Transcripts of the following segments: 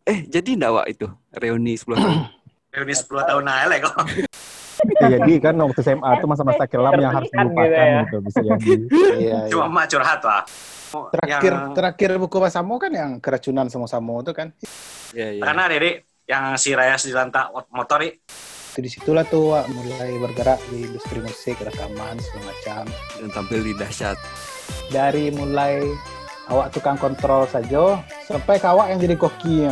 Jadi enggak Wak itu reuni 10 tahun? Reuni 10 tahun aja kok. Jadi kan waktu SMA tuh masa-masa kelam yang harus dilupakan gitu, bisa jadi. Iya. Cuma emak curhat Wak. Terakhir buku Masamo kan yang keracunan Samo-Samo itu kan. Iya. Karena Dede yang si Rayas di lantak motor Di situlah tuh Wak, mulai bergerak di industri musik, rekaman segala macam. Dan tampil di Dahsyat. Dari mulai awak tukang kontrol saja sampai ke awak yang jadi kokinya.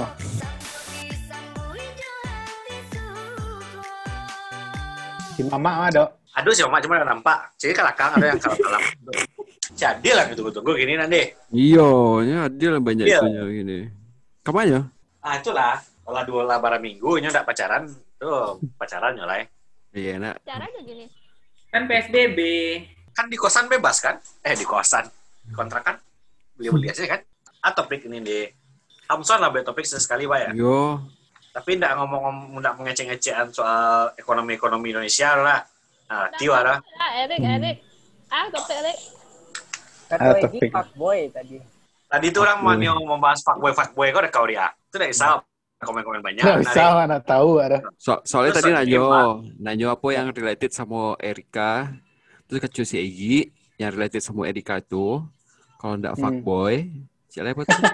Si Mama ada. Aduh si Mama cuma nampak. Jadi kalakang ada yang kalap-kalap. Jadi lah tunggu gini nanti. Iya, ya adil banyak itunya gini. Kapannya? Itulah. Kalau dua barang minggu nya enggak pacaran. Tuh, pacaran nyolai. Iya, nak. Caranya gini. Kan PSBB. Kan di kosan bebas kan? Di kosan. Kontrakan. Beli-beli aja kan? Topik ini di Hamson lah topik sesekali Pak ya. Yo. Tapi enggak enggak mengecek-ngecekan soal ekonomi Indonesia lah. Nah, tiwa lah. Erik. Topik Erik. Kata Egi fuckboy tadi. Tadi tuh orang mau membahas fuckboy kok ada kau dia. Itu udah bisa komen-komen banyak. Nggak bisa, mana tahu ada. Soalnya tadi Nanyo apa yang related sama Erika. Terus ke si Egi yang related sama Erika itu. Kalau nggak fuckboy, siapa apa tuh?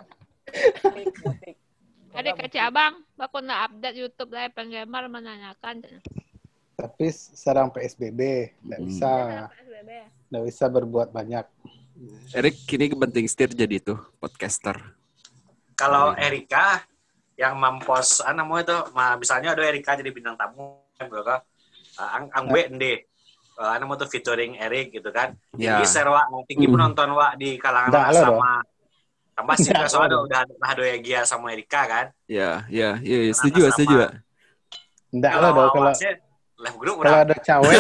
Ada kecil abang, bakal nak update YouTube lah penggemar menanyakan. Tapi sekarang PSBB, nggak bisa berbuat banyak. Erik kini penting setir jadi tuh podcaster. Kalau Erika yang mampos namanya itu, misalnya ada Erika jadi bintang tamu, kan Angbe Ende. Namanya tuh featuring Erik gitu kan. Tinggi serwa, tinggi penonton Wak di kalangan sama. Tambah sih soalnya udah ada Gia sama Erika kan. Iya, setuju. Enggak lah dong kalau live group kalau ada cewek.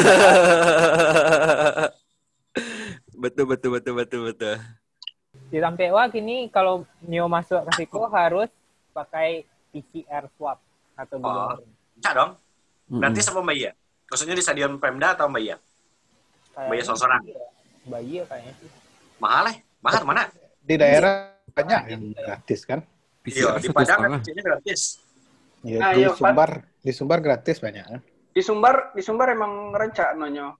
Betul. Di Tampewa kini kalau Nio masuk ke Siko harus pakai PCR swab atau belum? Bisa dong. Berarti sama Mbak Iya? Maksudnya di stadion Pemda atau Mbak Iya? Mbak Iya Sorang? Mbak Iya kayaknya sih. Mahal mana? Di daerah banyak yang gratis kan? Iya, di Padang kan PCR gratis. Iya, di Sumbar gratis banyak kan? Di Sumbar emang rencananya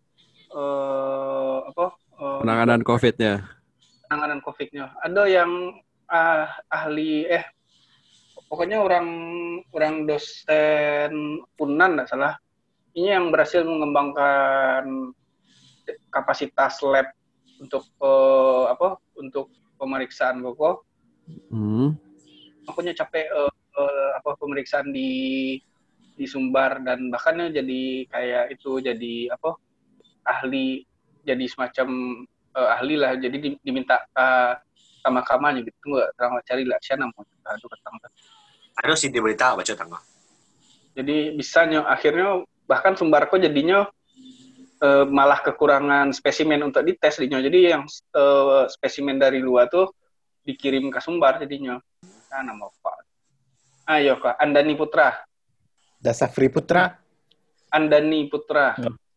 penanganan COVID-nya. Penanganan COVID-nya. Ada yang ahli pokoknya orang dosen Unan enggak salah. Ini yang berhasil mengembangkan kapasitas lab untuk untuk pemeriksaan pokok. Pokoknya capek pemeriksaan di Sumbar dan bahkan jadi kayak itu jadi ahli, jadi semacam ahli lah, jadi diminta kamar-kamarnya gitu. Nggak terang cari lah siapa namanya itu ketang. Ada sih di berita baca tangga. Jadi bisanya akhirnya bahkan Sumbarko jadinya malah kekurangan spesimen untuk dites jadinya. Jadi yang spesimen dari luar tuh dikirim ke Sumbar jadinya. Nama Pak. Ayo Kak, Andani Putra. Dasafri Putra. Andani Putra.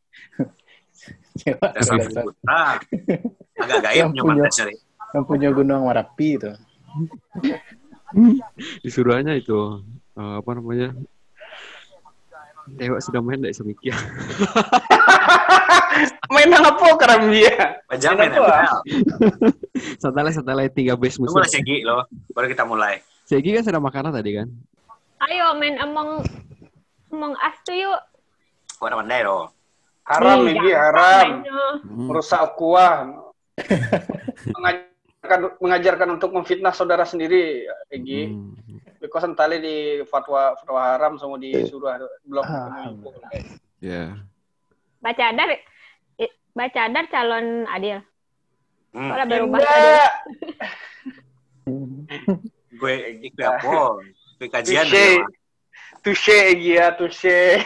Dasafri Putra. Agak gaib nyoba cari. Yang punya Gunung Merapi itu. Disuruhannya itu apa namanya? Dewa sudah main enggak semikir. Main apa kerem dia? Main apa? Satellite 3 base musuh. Mulai Segi loh, baru kita mulai. Segi kan sudah makanan tadi kan? Ayo main Among Us tuh yuk. Orang pandai loh. Haram ini haram. Merusak kuah. Mengajarkan untuk memfitnah saudara sendiri, Egi. Because tali di fatwa haram semua disuruh belum ketemu. Ya. Baca adar calon Adil. Kalau berubah Gue apa? Gue kajian. Touche Egi ya, touche.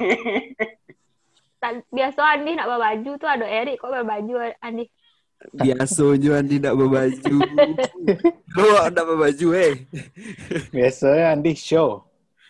Biasa Andi nak bawa baju tuh ada Erik kok bawa baju Andi. Biasanya Andi nak bawa baju. Lu nak bawa baju Biasanya Andi show.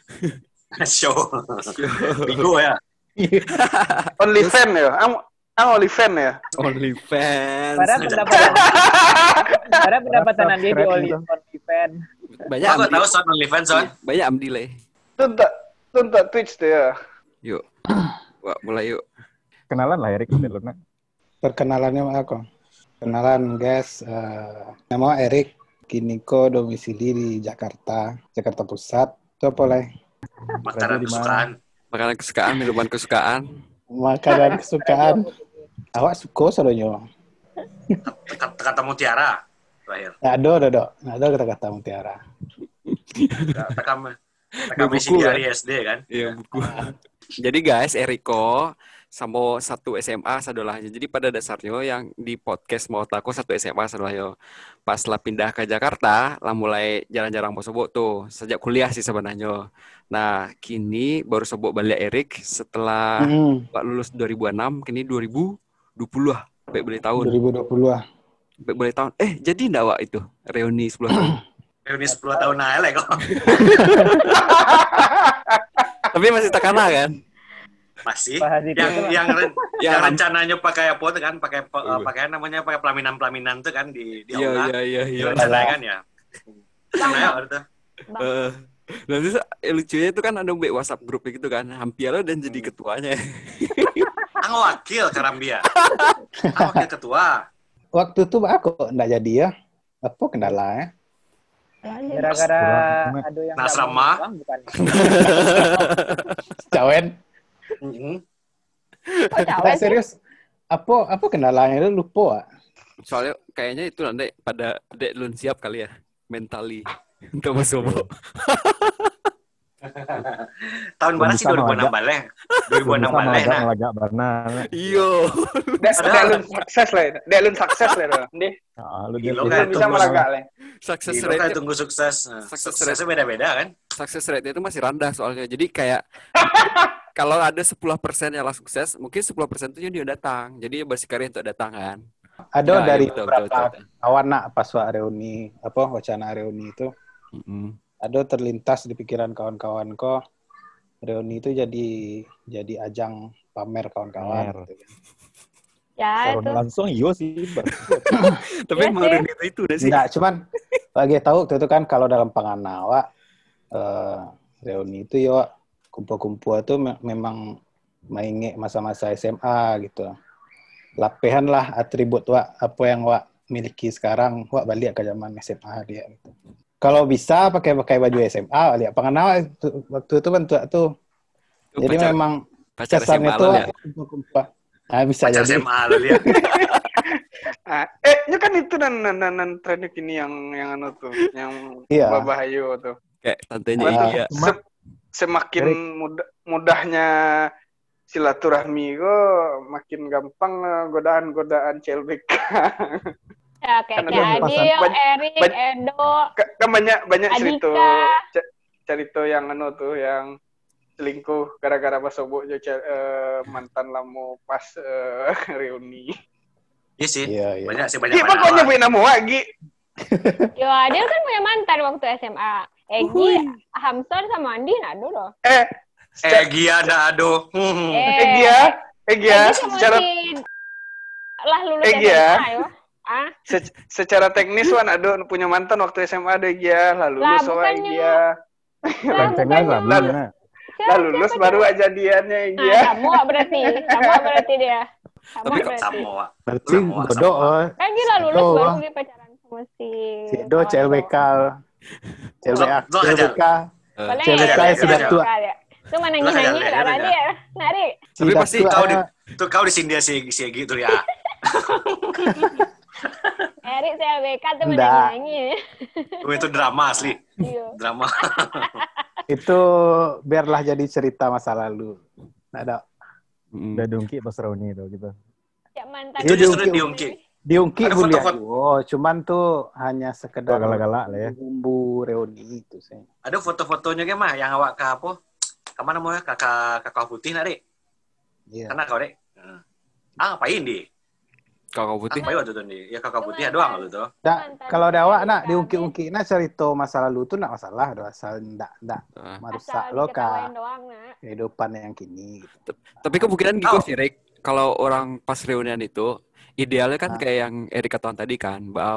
Bigo ya. Only fan ya. Only fan ya. Only fans. Padahal pendapatan Andi di Only OnlyFans. Banyak Aku Amdi. tahu Son OnlyFans Son. Banyak Amdi lah. Tunta Twitch tuh ya. Yuk. Wah, mulai yuk. Kenalan lah Erik Deluna. Perkenalannya sama aku. Kenalan guys, nama Erik. Kini ko domisili di Jakarta Pusat. Itu apa lah? Makanan kesukaan. Makanan kesukaan, minuman kesukaan. Makanan kesukaan. Awak suka soalnya. Kata mutiara terakhir. Ada kata-kata mutiara. Tekam Messi di hari SD kan. Iya, buku. Jadi guys, Eriko sama satu SMA sadolah. Jadi pada dasarnya yang di podcast mau tako satu SMA sadolah yo. Pas lah pindah ke Jakarta, lah mulai jarang-jarang mau sobok tuh. Sejak kuliah sih sebenarnya. Nah, kini baru sobok balik Erik setelah lulus 2006, kini 2020 lah. Baik boleh tahun. 2020 lah. Baik boleh tahun. Jadi enggak Wak itu? Reuni 10 tahun. Reuni 10 tahun aja kok. Tapi masih tekana kan? Masih. Bahas itu Yang rencananya pakai apa tuh kan? Pakai namanya pakai pelaminan tuh kan di aula. Iya. Rencananya kan ya. Rencananya ada tuh. Nanti lucunya itu kan ada WhatsApp grup gitu kan. Hampir lo dan jadi ketuanya. Ang wakil Karambia. Ang wakil ketua. Waktu itu aku enggak jadi ya. Apa kendalanya? gara-gara ada yang nggak Nasrama. mau pulang, bukan? Cawen. Kok cawe Nah, sih? serius. Apa kendalanya lu lupa? Soalnya kayaknya itu nanti pada dek belum siap kali ya mentally untuk masuk. Tahun berapa sih 2016 ya? 2016 nah. Lagak barna. Iyo. Dek lun sukses lah. Ndih. Lu dia Gila, Belum kan, bisa tunggu melagak lah. Success Gila kan rate tunggu sukses. Suksesnya beda-beda kan? success rate itu masih rendah soalnya. Jadi kayak kalau ada 10% yang lah sukses, mungkin 10% itu yang dia datang. Jadi bersikap untuk datang kan. Ada Ya, dari betul, beberapa betul. kawan nak pas reuni wacana reuni itu ada terlintas di pikiran kawan-kawan kok reuni itu jadi ajang pamer kawan-kawan. Pamer. Gitu. Ya itu. langsung iyo sih. Tapi Iya mau sih. itu udah sih. Enggak, cuman lagi tahu waktu itu kan kalau dalam pangan awak reuni itu ya kumpul-kumpul itu memang mainge masa-masa SMA gitu. Lapehan lah atribut wak apa yang wak miliki sekarang wak balik ke zaman SMA dia gitu. Kalau bisa pakai baju SMA balik pangan awak waktu itu bentuk tuh. Jadi memang pacar kesannya SMA tuh lo ya. kumpul-kumpul. Nah, bisa Pacar jadi. SMA lo lihat. Kan itu dan trennya kini yang anu tuh, yang Iya. Babahayo tuh. Kayak tantenya Waduh, Iya. semakin mudahnya silaturahmi kok makin gampang godaan-godaan CLBK. Ya kayak Kan ada Adil, banyak- Erik, banyak- Edo. Kan banyak cerita Adika. cerita yang anu tuh yang selingkuh gara-gara pasobok mantan lamu pas reuni. Iya sih. Iya. Banyak sih banyak. Gi pokoknya punya nama lagi. Yo Adil kan punya mantan waktu SMA. Egi, Hamson sama Andi nado loh. Gia ada ado. Egia Egi secara lah lulus Egi ya. SMA yo. secara teknis wan ada punya mantan waktu SMA ada Egia lalu Lah, lulus sama bukannya- Egia Rencengan Lalu- lah. lah lulus baru aja diannya Egia. Sama berarti dia. Sama Tapi kok berarti. Samoa. Berarti Samoa, bodoh. Samoa. Kan gila lulus Edo. baru dia pacaran sama si Si Do CLBK. CLBK. Boleh CLBK ya, sudah CLBK tua. ya. Itu mana nyanyi Lah, karena ya. dia. Nari. Tapi Sudah pasti tua, kau kau disindir si Egi tuh ya. Erik CLBK tuh mana Nggak. nyanyi. Itu drama asli. Iya. Drama. Itu biarlah jadi cerita masa lalu. Nggak ada. Udah dungki pas reuni itu gitu. Ya mantan. Itu justru diungkit. diungkit. Diungkit Ada boleh. foto-foto. Oh, cuman tuh hanya sekedar Galak-galak lah ya. bumbu reuni itu sih. Ada foto-fotonya kan mah yang awak ke apa? Kemana mau ya? Kakak putih nak dek? Iya. Karena kau dek. Ngapain di? Kakak putih. Ngapain waktu itu di? Ya kakak putih doang waktu itu. Nah, Mantan kalau ada awak nak Kami. diungkit-ungkit nak cerita masa lalu tuh nak masalah, ada asal ndak Ah. merusak Asal lo diketawain ka doang nak. kehidupan yang kini. Gitu. Tapi kemungkinan gitu Oh. sih, Rick. Kalau orang pas reunian itu, idealnya kan kayak yang Erika tahun tadi kan, bahwa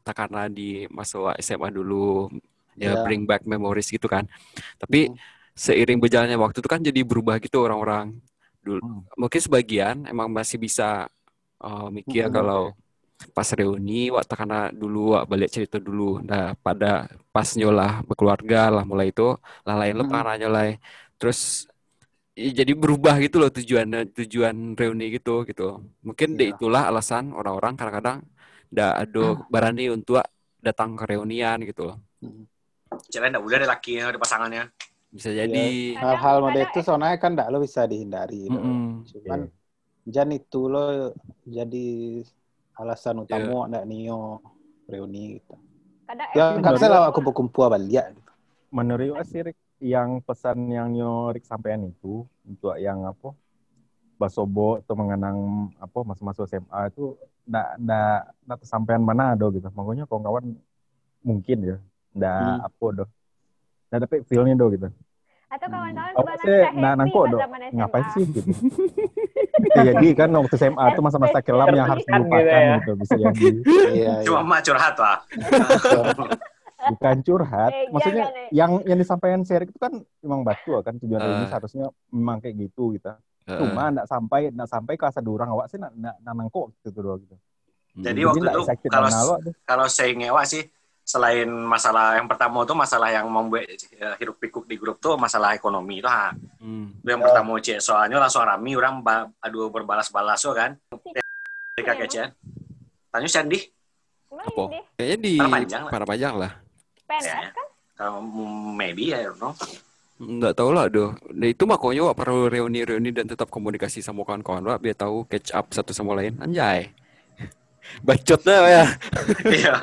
tak karena di masa SMA dulu ya Ya. bring back memories gitu kan. Tapi seiring berjalannya waktu itu kan jadi berubah gitu orang-orang. Dulu mungkin sebagian emang masih bisa mikir kalau pas reuni waktu karena dulu balik cerita dulu. Nah, pada pas nyolah berkeluarga lah mulai itu lah lain lo parah nyolai. Terus jadi berubah gitu loh tujuan reuni gitu. Mungkin itulah alasan orang-orang kadang-kadang nggak ada berani untuk datang ke reunian gitu loh. Jangan udah ada lakinya, ada pasangannya. Bisa jadi. Hal-hal model itu soalnya kan nggak lo bisa dihindari. Cuman jangan itu lo jadi alasan utama nggak Nio reuni gitu. Ya nggak bisa lah kumpul-kumpul balik gitu. Menurut sih Rik, yang pesan yang Nyorik sampaikan itu untuk yang apa basobo atau mengenang apa masa-masa SMA itu ndak tersampaian mana ada gitu. Makanya kawan-kawan mungkin ya ndak apa do. Ndak dapet feel-nya do gitu. Atau kawan-kawan sebenarnya nangko do ngapain sih gitu. Jadi kan waktu SMA itu masa-masa kelam yang harus dilupakan gitu bisa jadi. Iya. Cuma mak curhat lah. Bukan curhat, maksudnya yang disampaikan Sherik itu kan memang batu kan tujuan ini seharusnya memang kayak gitu gitu. Cuma enggak sampai ke asa durang awak sih enggak nangkok gitu doang gitu. Jadi waktu itu kalau saya ngewa sih selain masalah yang pertama tuh masalah yang membuat hiruk pikuk di grup tuh masalah ekonomi itu yang pertama cek soalnya langsung rame orang adu berbalas-balas kan. Kakek Cen. Tanya Sandy. Apa? Kayaknya di Parapajang lah. Pentas kan? Kalau maybe ya, no. Nggak tahu lah, doh. Nah, itu makanya wak perlu reuni dan tetap komunikasi sama kawan-kawan wak biar tahu catch up satu sama lain. Anjay. Bacotnya ya. Iya.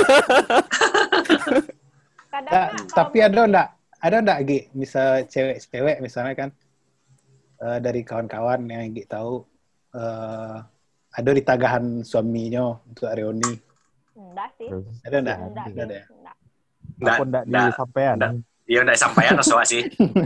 Tapi ada enggak Gi, misal cewek misalnya kan dari kawan-kawan yang Gi tahu ada di tagahan suaminya untuk reuni. Enggak sih. Ada enggak? Enggak disampaikan. Iya enggak disampaikan soal sih.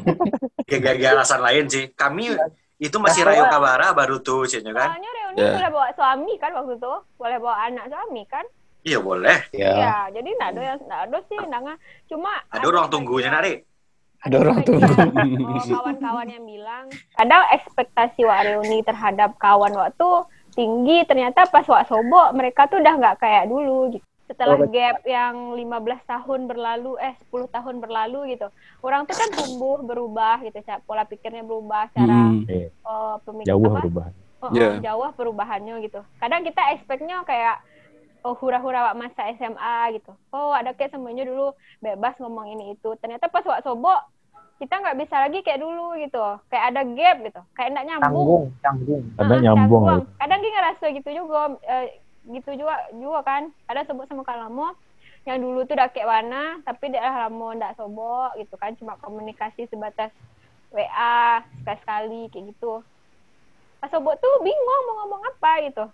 Gak alasan lain sih. Kami itu masih rayu kabara baru tuh cenya kan. Soalnya reuni boleh bawa suami kan waktu itu. Boleh bawa anak suami kan? Iya boleh. Iya, jadi enggak ada sih enggak. Cuma ada ruang tunggunya nari. Ada orang tunggu. Kawan-kawan yang bilang ada ekspektasi wak reuni terhadap kawan waktu tinggi, ternyata pas wak sobo mereka tuh udah nggak kayak dulu gitu. Setelah gap yang 15 tahun berlalu 10 tahun berlalu gitu, orang tuh kan tumbuh berubah gitu, pola pikirnya berubah, cara pemikiran jauh berubah. Jauh perubahannya gitu. Kadang kita expect-nya kayak hura-hura wak masa SMA gitu. Ada kayak semuanya dulu bebas ngomong ini itu. Ternyata pas wak sobo kita nggak bisa lagi kayak dulu gitu. Kayak ada gap gitu. Kayak nggak nyambung. Ada nyambung. Kadang dia ngerasa gitu juga. Gitu juga kan. Ada sebut sama kalamu yang dulu tuh udah kayak warna, tapi dia lama nggak sobo gitu kan. Cuma komunikasi sebatas WA sekali-sekali kayak gitu. Pas sobo tuh bingung mau ngomong apa gitu.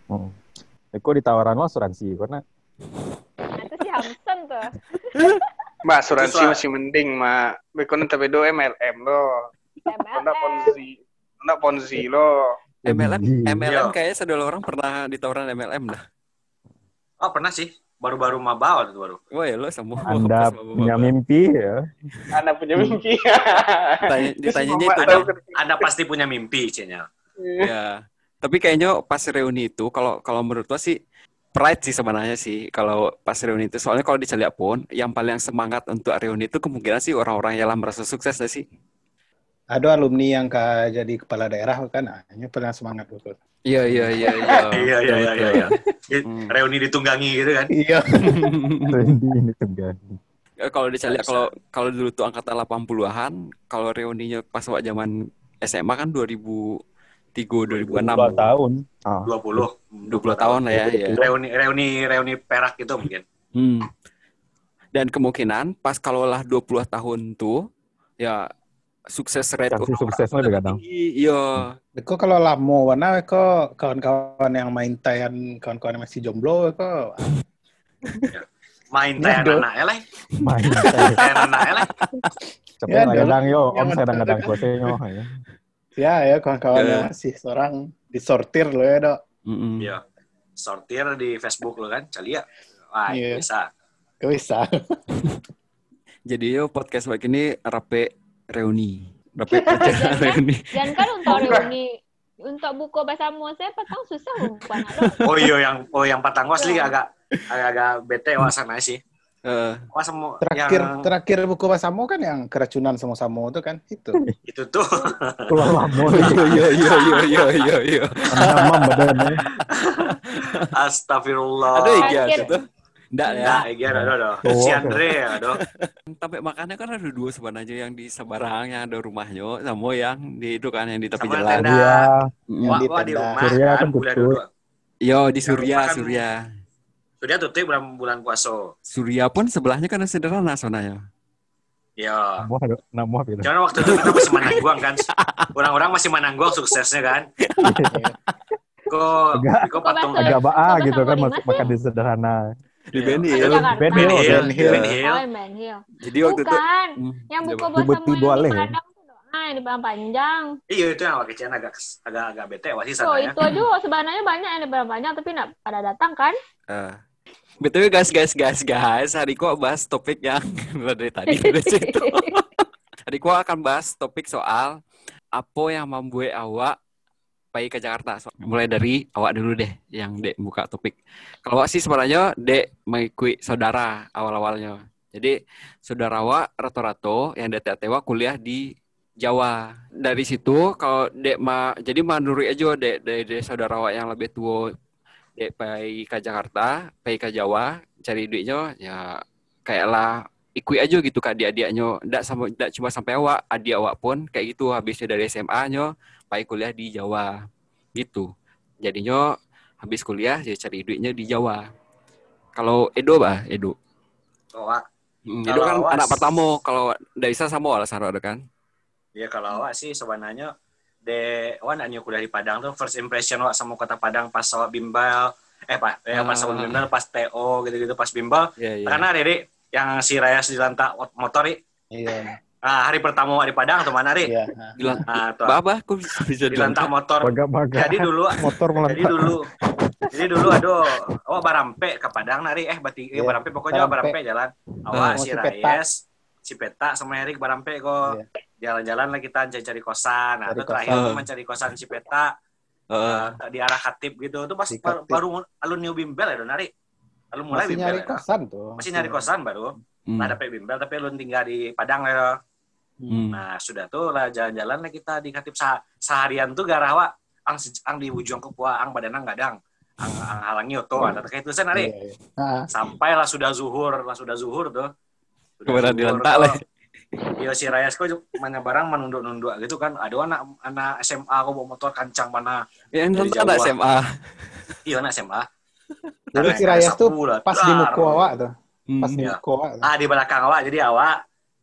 Kok ditawaran lo asuransi karena itu si Hamson tuh. Mbak asuransi masih mending, Mak. Bekon tapi do MLM lo. Enggak ponzi lo. MLM kayaknya sedol orang pernah ditawaran MLM dah. Oh, pernah sih. Baru-baru mabau itu baru. Wah, ya lo semua. Anda punya mimpi ya. Anda punya mimpi. Ditanyanya itu. Anda pasti punya mimpi, Cenya. Ya. Tapi kayaknya pas reuni itu kalau menurut gua sih pride sih sebenarnya sih kalau pas reuni itu. Soalnya kalau diceliak pun yang paling semangat untuk reuni itu kemungkinan sih orang-orang yang merasa sukses gak sih? Ada alumni yang jadi kepala daerah kan, hanya paling semangat betul. Iya. Iya. Reuni ditunggangi gitu kan. Iya. Reuni ditunggangi. Kalau diceliak kalau dulu tuh angkatan 80-an, kalau reuninya pas zaman SMA kan 2006 tahun. 20 tahun lah ya. Reuni perak itu mungkin. Dan kemungkinan pas kalaulah 20 tahun tuh ya sukses rate suksesnya lebih kadang. Iya. Kok kalau lama warna kok kawan-kawan yang main tayan kawan-kawan yang masih jomblo kok main tayan anaknya lah. Main tayan anaknya lah. Tapi kadang yo om kadang-kadang kosenyo ya. Ya kawan-kawan yang masih seorang disortir lo ya, Dok. Iya. Sortir di Facebook lo kan, Calia. Wah, Iya. bisa. Bisa. Jadi yo podcast begini rape reuni. Rape pacaran reuni. Dan kan untuk reuni untuk buku bahasa Mose petang susah bukan ada. yang Patanggo asli agak bete sana sih. Wah semua Terakhir buku Basamo kan yang keracunan samo-samo itu kan itu tuh. Iya. Nama badannya. Astagfirullah. Ada ikan itu. Enggak ya. Nah, ada. Si Andre aduh. Sampai makannya kan ada dua sebenarnya yang di Sebarang yang ada rumahnya sama yang di itu kan yang di tepi Sama jalan. tenda. Iya. yang Wah, di di tenda. rumah Surya kan kan bulan tutup. dua. Yo di Surya, Yang rumah kan- Surya. Sudah tutup bulan puasa. Surya pun sebelahnya kan sederhana sonanya. Ya. Nama gitu. Jangan waktu itu kita masih Manangguang kan. Orang-orang masih Manangguang suksesnya kan. Kok patung Agak Agak baa Kok gitu kan bahasa Lima makan di sederhana. Di Iya. Ben Di Hill. Jakarta. Ben Hill. Ben Hill. Ben Hill. Oh, Ben Hill. Jadi waktu itu Bukan. Yang buku coba. bahasa Bubeti Mose boleh. di Padang tuh di Padang Panjang. Iya itu yang kecian agak bete wah sih Oh, sana ya. itu aja sebenarnya banyak yang di Padang Panjang tapi enggak pada datang kan? BTW guys, hari kok bahas topik yang dari tadi dari situ. Hari kok akan bahas topik soal apa yang membuat awak pergi ke Jakarta. Mulai dari awak dulu deh, yang Dek buka topik. Kalau awak sih sebenarnya Dek mengikuti saudara awal-awalnya. Jadi saudara awak rata-rata yang Dek tewa kuliah di Jawa. Dari situ kalau Dek jadi menurut aja Dek dari saudara awak yang lebih tua Dek pergi ke Jakarta, pergi ke Jawa, cari duitnya ya kayaklah ikut aja gitu ke adik-adiknya. Nggak cuma sampai awak, adik awak pun kayak gitu habisnya dari SMA-nya pergi kuliah di Jawa gitu. Jadinya habis kuliah dia cari duitnya di Jawa. Kalau Edo Edo. Awak. Edo kan Kalau anak awas- pertama, kalau Daisa sama alasan ada kan. Ya kalau awak sih sebenarnya awak nak kuliah di Padang tuh first impression awak sama kota Padang pas awak bimbel pas awak bimbel pas TO gitu-gitu pas bimbel. Iya. Karena Riri yang si Rayas dilantak motor Iya. hari pertama awak di Padang tuh mana Ri? Iya. Bilang, Tuh, kok bisa dilantak motor. Baga-baga. Jadi dulu Motor Jadi dulu aduh, awak barampe ke Padang nari Iya, barampe pokoknya Barampe. barampe jalan. Awak Sama si si Peta. Rayes, si Peta sama Erik barampe kok. Iya. Jalan-jalan lah kita cari kosan. Nah, Cari itu terakhir kosan. tuh mencari kosan si Peta di arah Khatib gitu. Itu pas Di Khatib. baru alun new bimbel ya nari. Alun mulai Masih bimbel. nyari ya. kosan tuh. Masih nyari kosan baru. Nah, dapet bimbel tapi alun tinggal di Padang ya. Nah, sudah tuh lah jalan-jalan lah kita di Khatib seharian tuh garawa ang di ujung ke ang badanang gadang. Ang halangi oto ada kayak itu nari. Iya. Sampailah sudah zuhur tuh. Kemudian dilantak tuh. lah. Iya si Rayas kok mana barang menunduk-nunduk gitu kan. Ada anak SMA kok bawa motor kancang mana. Yang Dari nonton ada Jawa. SMA. Iya anak SMA. Jadi si Rayas tuh pas di muka awak tuh. Pas di Iya. muka awak. Di belakang awak jadi awak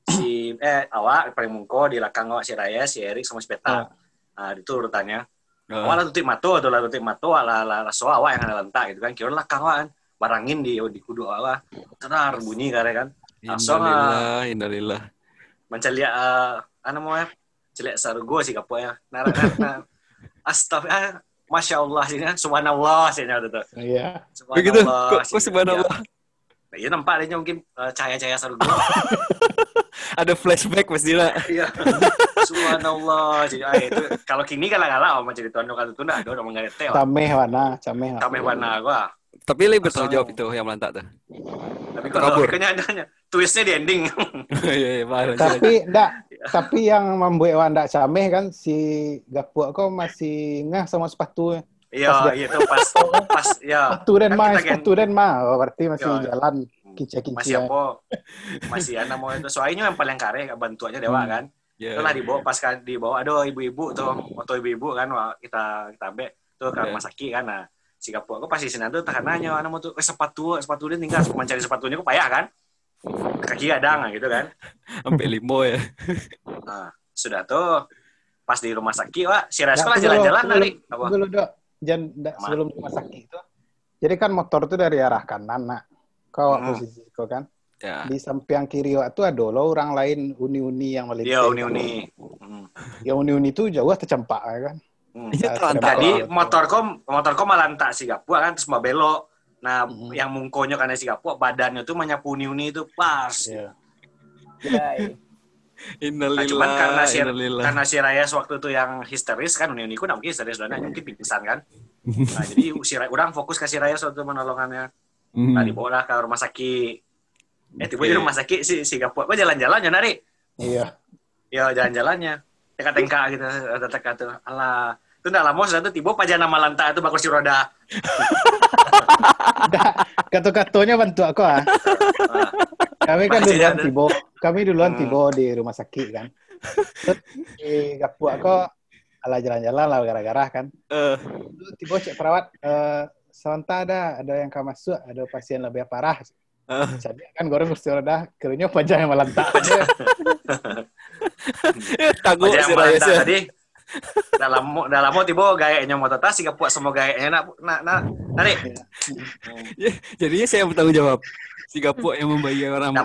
awak paling mungko di belakang awak si Rayas, si Erik sama si Peta. Nah, itu urutannya. Awak lah tutup mato lah soal awak yang ada lentak gitu kan. Kira lah kang awak kan barangin di kudu awak. Tenar bunyi kare kan. Langsung Innalillah. menceliak namanya celiak sargo sih kapo ya. Astagfirullah. Masya Allah sini subhanallah sini ada tuh. Iya. Begitu. Subhanallah. Kok subhanallah. Iya nampak dia mungkin cahaya-cahaya sargo. Ada flashback pasti lah. Iya. Subhanallah. Jadi itu kalau kini kalah-kalah mau jadi tuan kalau tunda ada udah mengerti. Cameh warna. Sampai warna gua. Tapi lebih bertanggung jawab itu yang melantak tuh. Tapi kalau kenyataannya twistnya di ending. Iya, bahaya. Tapi yang membuat Wanda cameh kan si Gapua kok masih ngah sama sepatu. Iya, itu pas ya. Sepatu dan mah, berarti masih Iya. jalan kincia-kincia. Masih apa? Masih mau itu. Soalnya yang paling kare bantu aja dewa kan. Itulah dibawa pas kan dibawa aduh ibu-ibu tuh, foto ibu-ibu kan kita ambil tuh ke rumah sakit kan. Nah, si Gapua kok pasti sinan tuh tahanannya mau tuh sepatu dia tinggal mencari sepatunya kok payah kan. Kaki gadang gitu kan. Sampai 5 ya. Nah, sudah tuh pas di rumah sakit, Wak, si Rasko lah jalan-jalan nari. Apa? Dulu, Dok. Sebelum rumah sakit itu. Jadi kan motor tuh dari arah kanan, nak. Kau posisi kau kan. Ya. Di samping kiri Wak tuh ada lo orang lain uni-uni yang melintas. Iya, uni-uni. Ya uni-uni tuh jauh tercempak ya kan. Iya, terlantar. Jadi motorku malantak si Gapua kan terus mau belok. Nah, yang mungkonya karena si kapok, badannya tuh menyapu uni itu pas. Iya. Jai. Nah, cuman Innalillah. karena si Rayas waktu itu yang histeris kan, uni-uniku nggak mungkin histeris, dan mungkin pingsan kan. Nah, jadi orang fokus ke si Rayas waktu menolongannya. Nah, dibawa ke rumah sakit. Tiba di rumah sakit si kapok, kok jalan-jalan ya nari? Iya. Ya jalan-jalannya. Teka-teka gitu, teka tuh. Alah, itu nggak lama sudah tuh tiba pajana malanta itu bagus si roda. Kata-katanya bantu aku ah. Kami kan duluan tiba di rumah sakit kan. Terus di Gapu aku ala jalan-jalan lah gara-gara kan. Tiba cek perawat, sementara ada yang kau masuk, ada pasien lebih parah. Jadi kan goreng kursi roda, kerunya pajang yang melantak. Kagum Pajang si yang Rayas melantak ya. tadi. Dalam tiba gayanya mau tetas si kapok semua gayanya nari. Jadinya saya yang bertanggung jawab. Si Gapuk yang membayar orang.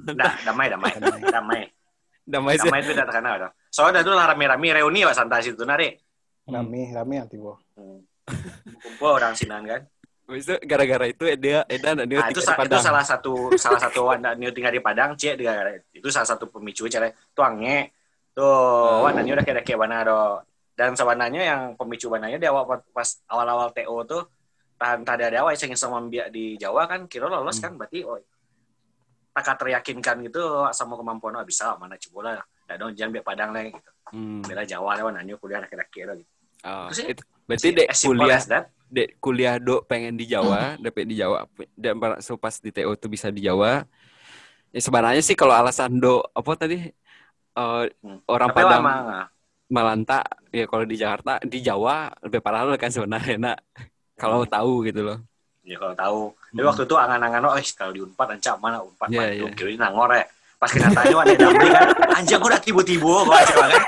Damai sih. Damai itu tidak terkenal dong. Soalnya itu lah rame-rame reuni Pak Santai situ nari. Rame yang tiba. Kumpul orang sinan kan. Itu gara-gara itu Edan dan dia Itu tinggal di Padang. salah satu wanda new tinggal di Padang cie gara-gara itu salah satu pemicu cara tuangnya tuh wananya udah kayak mana do. Dan sebenarnya yang pemicu wananya di awal pas awal-awal TO tuh tadi ada awal yang sama biak di Jawa kan kira lolos kan berarti tak teryakinkan gitu sama kemampuan bisa mana coba lah dong jangan biak Padang lah gitu. Bela Jawa lewat nanya kuliah kira-kira gitu. Itu berarti dek kuliah pengen di Jawa, dapet di Jawa dan so pas di TO tuh bisa di Jawa. Ya sebenarnya sih kalau alasan apa tadi orang tapi Padang Malanta ya kalau di Jakarta di Jawa lebih parah loh kan sebenarnya enak kalau tahu gitu loh. Ya kalau tahu. Tapi waktu itu angan-angan kalau di Unpad ancam mana Unpad Bandung kira ini Nangor ya. Pas kenyataan ada Damri kan anjing aku udah tiba-tiba kok aja kan.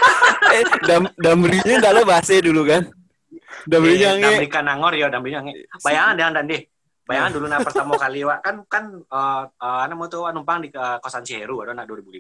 Damrinya enggak lo bahasa dulu kan. Damrinya Damri kan Nangor ya Damrinya nge. Bayangan deh. Bayangan dulu pertama kali kan mau tuh numpang di kosan Ciheru ada 2005.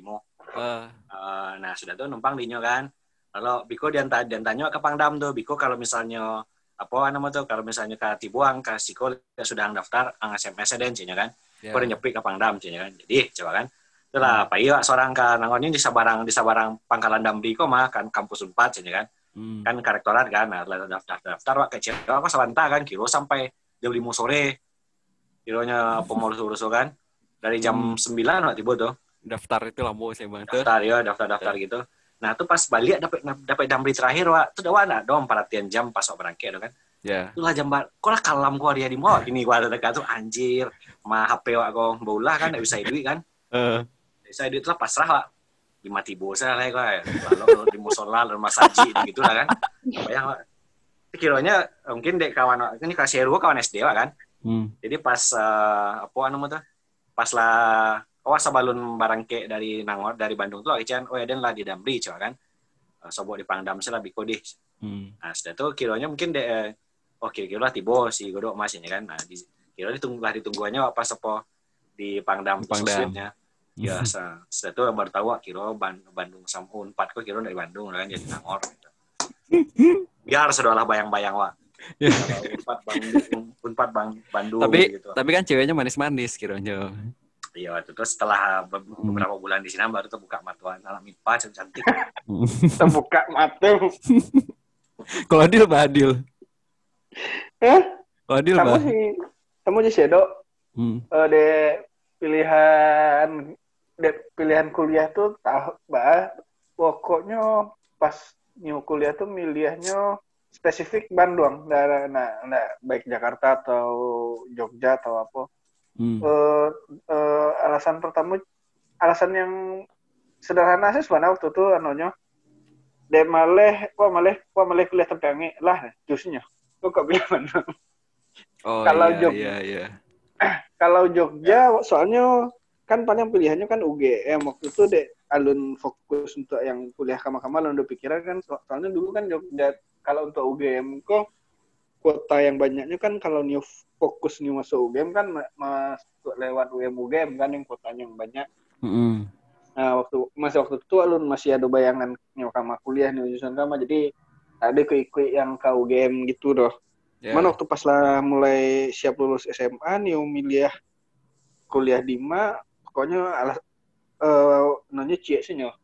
Nah sudah tuh numpang di nyo kan. Kalau Biko diantanya ke Pangdam tuh Biko kalau misalnya kalau misalnya ke Tibuang ke Siko sudah daftar SMS dan cinya kan. Kau udah nyepik ke Pangdam cinya kan. Jadi coba kan. Itulah Pak Iya seorang ke Nangornya di Sabarang Pangkalan Damri kok mah kan kampus 4 cinya kan. Kan karektorat kan. Nah daftar ke Ciheru aku Salanta kan kilo sampai jam 5 sore. Kilonya pengurus kan. Dari jam 9 tiba tuh. Daftar itu lama sih bang. Daftar gitu. Nah, itu pas balik dapat Damri terakhir, Wak. Itu udah dong perhatian jam pas berangkat kan. Ya. Itulah jam kok lah kalam gua dia di mall. Ini gua ada dekat tuh anjir. Ma HP Wak kok baulah kan enggak bisa duit kan. Bisa duit lah pasrah, Wak. 5 tibo saya lah gua. Lalu di musola rumah saji gitu lah kan. Bayang, Wak. Kiranya mungkin dek kawan ini kasih gua kawan SD Wak kan. Jadi pas pas lah sabalun barangke dari Nangor dari Bandung tuh Ican Eden lah di Damri coba kan sobo di Pangdam sih lah Biko deh. Nah sudah tuh kilonya mungkin kira tibo si godok masihnya kan. Nah kilo ditungguannya pas sepo di Pangdam susutnya. Ya sudah tuh baru tahu kilo Bandung sama Unpad kok kilo dari Bandung kan jadi Nangor gitu. Biar sudahlah bayang-bayang Wak. Unpad Bandung gitu. Tapi kan ceweknya manis-manis kiranya. Iya, terus setelah beberapa bulan di sini baru terbuka mata anak MIPA cantik. Terbuka mata. Kalau Adil Badil. Kalau Adil bah. Kamu sih Sedo. De pilihan kuliah tuh pokoknya pas new kuliah tuh milihnya spesifik Bandung. Nah, baik Jakarta atau Jogja atau apa. Alasan yang sederhana sih sebenarnya waktu itu de maleh kuliah terpengi lah jusnya kok pilih Bandung. Kalau kalau Jogja soalnya kan paling pilihannya kan UGM waktu itu alun fokus untuk yang kuliah kama-kama alun udah pikiran kan soalnya dulu kan Jogja kalau untuk UGM kok kuota yang banyaknya kan kalau fokus masuk UGM kan masuk lewat UGM kan yang kuotanya yang banyak. Nah waktu itu alun masih ada bayangan sama kuliah nih jurusan sama jadi ada ikut yang ke UGM gitu doh. Ya. Cuman waktu pas lah mulai siap lulus SMA nih milih kuliah di MA, pokoknya nanya cie sih nyo.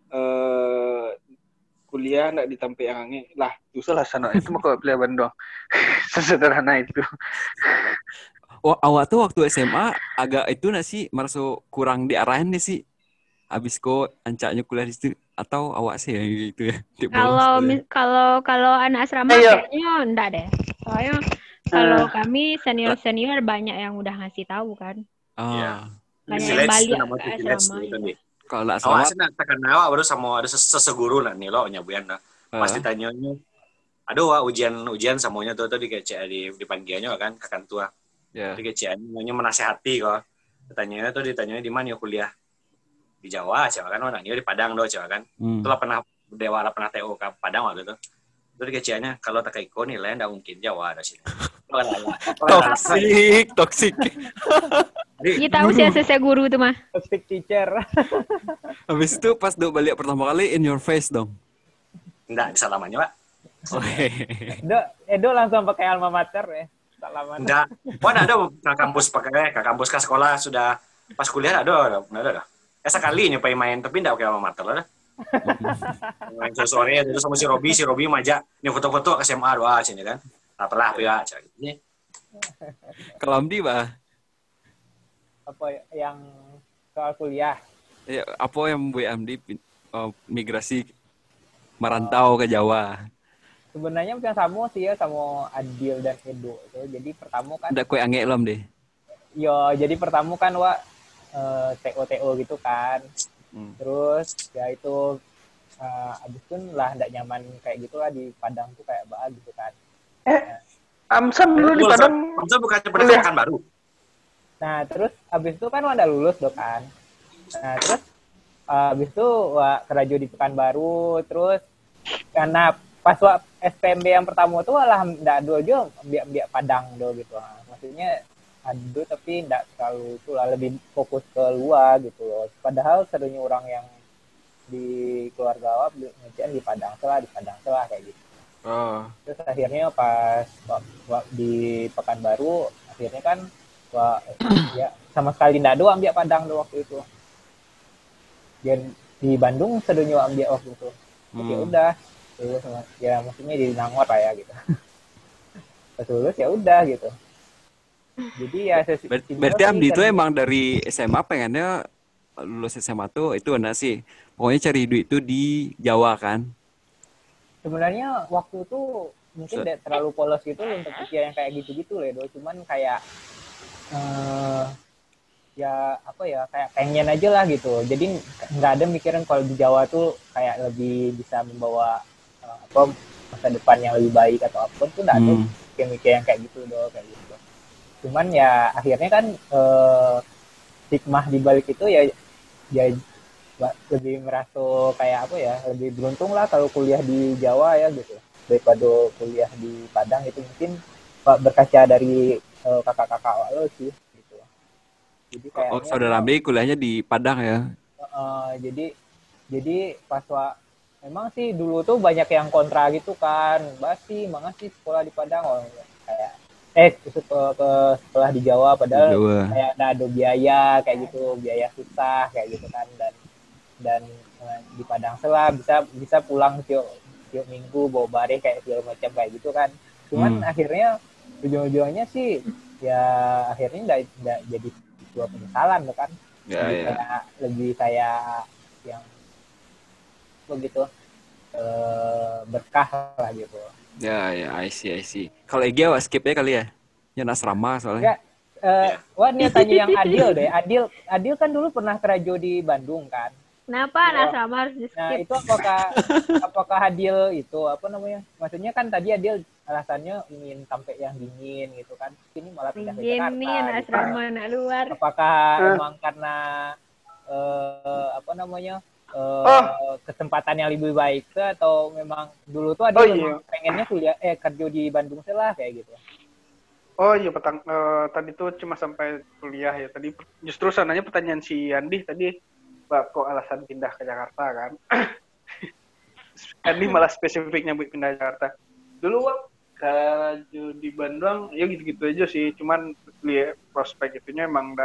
Kuliah nggak di Tampe yang ange lah, susah lah sana itu mah kalau pilih Bandung. Sesederhana itu. Oh, awak tuh waktu SMA agak itu nggak sih, merasa kurang diarahin deh sih. Abis kok ancaknya kuliah di situ atau awak sih ya gitu ya. Dia bolos Kalau kuliah. kalau anak asrama Iya. kayaknya enggak deh. Soalnya kalau kami senior banyak yang udah ngasih tahu kan. Ah, Banyak yang Village balik itu namanya ke village asrama gitu ya. nih. kalau nggak Awak salah, sih nak tekan awak baru sama ada seseguru lah nih lo nyabuan lah. Pas ditanyanya, aduh wah ujian semuanya tuh di kece di panggilannya kan kakak tua. ya. Di keceannya menasehati kok. Ditanyanya di mana ya kuliah? Di Jawa, Jawa kan orang dia di Padang do Jawa kan. Itulah pernah pernah TO ke Padang waktu itu. Itu di keciannya kalau tak kayak iko nilai ndak mungkin Jawa ada sini. Toxic. Kita tahu sih selesai guru tuh mah. Toxic teacher. Habis itu pas do balik pertama kali in your face dong. Enggak, bisa lamanya, Pak. Oke. Edo langsung pakai alma mater ya. Salaman. Enggak. Wah, ada ke kampus ke sekolah sudah pas kuliah ada. Sekali nyobain main tapi enggak pakai alma mater lah. Main sore itu sama si Robi majak nih foto-foto ke SMA doa sini kan. Tak pernah ya. Kalau Amdi, Bah? Apa yang soal kuliah? Ya, apa yang membuat Amdi migrasi merantau ke Jawa? Sebenarnya yang sama sih ya sama Adil dan Edo itu. Jadi pertama kan Ndak kue ange lom deh. jadi pertama kan TO gitu kan. Terus ya itu abis itu lah ndak nyaman kayak gitu lah di Padang tuh kayak gitu kan. Amsam dulu di Padang. Amsam bukannya pernah makan baru. Nah, terus abis itu kan udah lulus dong kan. Nah, terus abis itu kerja di Pekanbaru, terus karena pas SPMB yang pertama tuh lah ndak ada aja biak Padang do gitu. Maksudnya ada tapi ndak terlalu itu lah, lebih fokus ke luar gitu loh. Padahal serunya orang yang di keluarga awak ngerjain di Padang selah kayak gitu. Oh. Terus akhirnya pas di Pekanbaru akhirnya kan ya sama sekali ndak ada ambil Padang do waktu itu. Dan di Bandung sedunia ambil waktu itu. Ya udah, lulus ya maksudnya di Nangor lah ya gitu. Pas lulus ya udah gitu. Jadi ya berarti Amdi itu emang dari SMA pengennya lulus SMA tuh itu enak sih. Pokoknya cari duit itu di Jawa kan. Sebenarnya waktu itu mungkin tidak terlalu polos gitu untuk pikir yang kayak gitu-gitu loh, cuman kayak ya apa ya kayak pengen aja lah gitu. Jadi nggak ada mikirin kalau di Jawa tuh kayak lebih bisa membawa masa depan yang lebih baik atau apapun tuh nggak ada mikir yang kayak gitu kayak gitu. Cuman ya akhirnya kan hikmah di balik itu ya lebih merasa kayak apa ya, lebih beruntung lah kalau kuliah di Jawa ya gitu daripada kuliah di Padang. Itu mungkin berkaca dari kakak-kakak lo sih gitu. Jadi kayaknya saudara Amdi kuliahnya di Padang ya. Jadi pas memang sih dulu tuh banyak yang kontra gitu kan, basi mana sih sekolah di Padang kayak ke sekolah di Jawa padahal kayak ada biaya kayak gitu, biaya susah kayak gitu kan, dan di Padang selah bisa pulang tiap minggu bawa bareh kayak segala macam kayak gitu kan. Cuman akhirnya ujung-ujungnya sih ya akhirnya enggak jadi sebuah penyesalan kan. Lebih kayak yang begitu berkah lah gitu. Ya, I see. Kalau Egi awak skip ya kali ya? Yang asrama soalnya. Nih tanya yang Adil deh. Adil kan dulu pernah kerja di Bandung kan? Kenapa anak asrama harus di skip? Nah, itu apakah Adil itu apa namanya? Maksudnya kan tadi Adil alasannya ingin sampai yang dingin gitu kan. Ini malah pindah ke Jakarta. Dingin asrama anak luar. Apakah emang karena kesempatan yang lebih baik atau memang dulu tuh Adil pengennya kuliah kerja di Bandung selah kayak gitu? Oh iya, tadi tuh cuma sampai kuliah ya. Tadi justru sananya pertanyaan si Andi tadi, kok alasan pindah ke Jakarta kan? Andi malah spesifiknya buat pindah ke Jakarta. Dulu Kalau di Bandung ya gitu-gitu aja sih, cuman lihat prospek itunya emang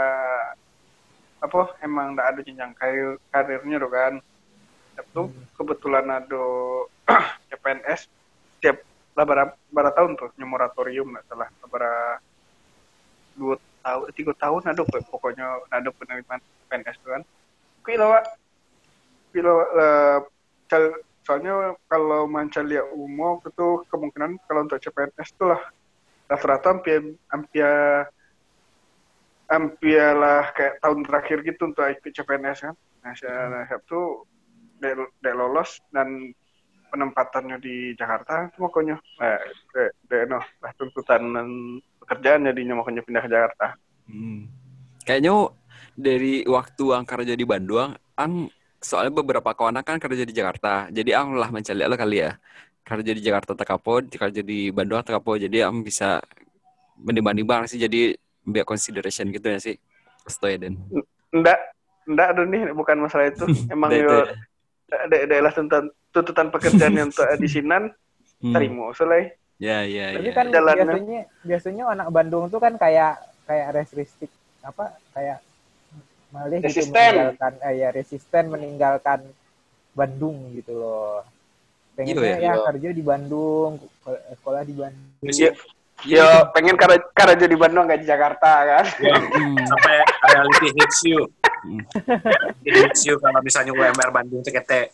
emang ada jenjang karirnya tuh kan. Itu kebetulan ada CPNS setiap berapa tahun tuh moratorium nggak salah, berapa 3 tahun ada pokoknya ada penerimaan PNS tuh kan. Soalnya kalau mancalia umum itu kemungkinan kalau untuk CPNS itu lah rata-rata hampir lah kayak tahun terakhir gitu untuk ikut CPNS kan. Nah, saya tuh lolos dan penempatannya di Jakarta itu makanya lah tuntutan pekerjaan jadinya makanya pindah ke Jakarta. Kayaknya dari waktu ang kerja di Bandung, soalnya beberapa kawan kan kerja di Jakarta, jadi ang lah mencari lo kali ya. Kerja di Jakarta tekapo, kerja di Bandung tekapo, jadi ang bisa menimbang-nimbang sih, jadi biar consideration gitu ya sih. Setuju dan. Enggak ada nih, bukan masalah itu. Emang adalah tuntutan pekerjaan yang di Sinan terima selesai. Ya. Tapi kan biasanya anak Bandung tuh kan kayak restriktif kayak malah gitu meninggalkan resisten meninggalkan Bandung gitu loh. Pengennya kerja di Bandung, sekolah di Bandung. Yo pengen kerja di Bandung nggak di Jakarta kan. Sampai reality hits you. Hits you kalau misalnya UMR Bandung cekete.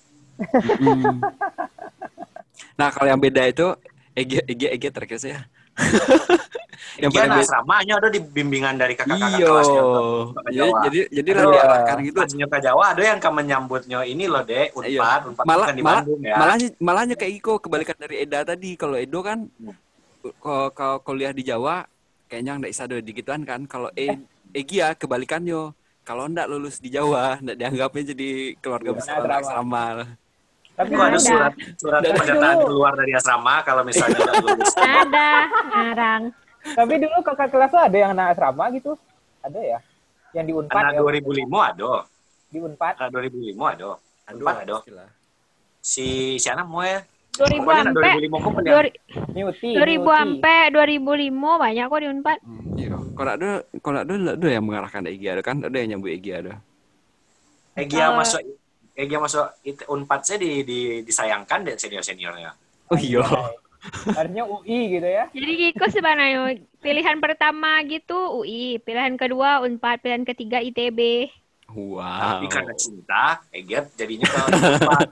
Nah kalau yang beda itu Ege terakhir saya. Yang paling asramanya ada di bimbingan dari kakak-kakak kelasnya. Jadi lah diarahkan gitu. Masnya ke Jawa ada yang kan menyambutnya ini loh deh, Unpad kan di Bandung ya. Malahnya kayak Iko kebalikan dari Eda tadi. Kalau Edo kan kalau kuliah di Jawa kayaknya nggak bisa digituan kan. Kalau Egi ya kebalikannya. Kalau nggak lulus di Jawa, nggak dianggapnya jadi keluarga besar asrama. Tapi ada surat pernyataan keluar dari asrama kalau misalnya nggak lulus. Ada, ngarang. Tapi dulu kakak kelas tuh ada yang anak asrama gitu? Ada ya? Yang di Unpad anak ya? 2005 ada. Di Unpad? Anak 2005 ada. Unpad ada. Si anak mau ya? 2000 sampai 2005 banyak kok di Unpad. Iya. Kalau ada yang mengarahkan Egi ada kan? Ada yang nyambut Egi ada. Egi masuk Unpad saya disayangkan dan seniornya. Oh iya. Harusnya UI gitu ya. Jadi Kiko sebenarnya pilihan pertama gitu UI, pilihan kedua Unpad, pilihan ketiga ITB. Wow. Tapi karena cinta, Egi jadinya ke Unpad.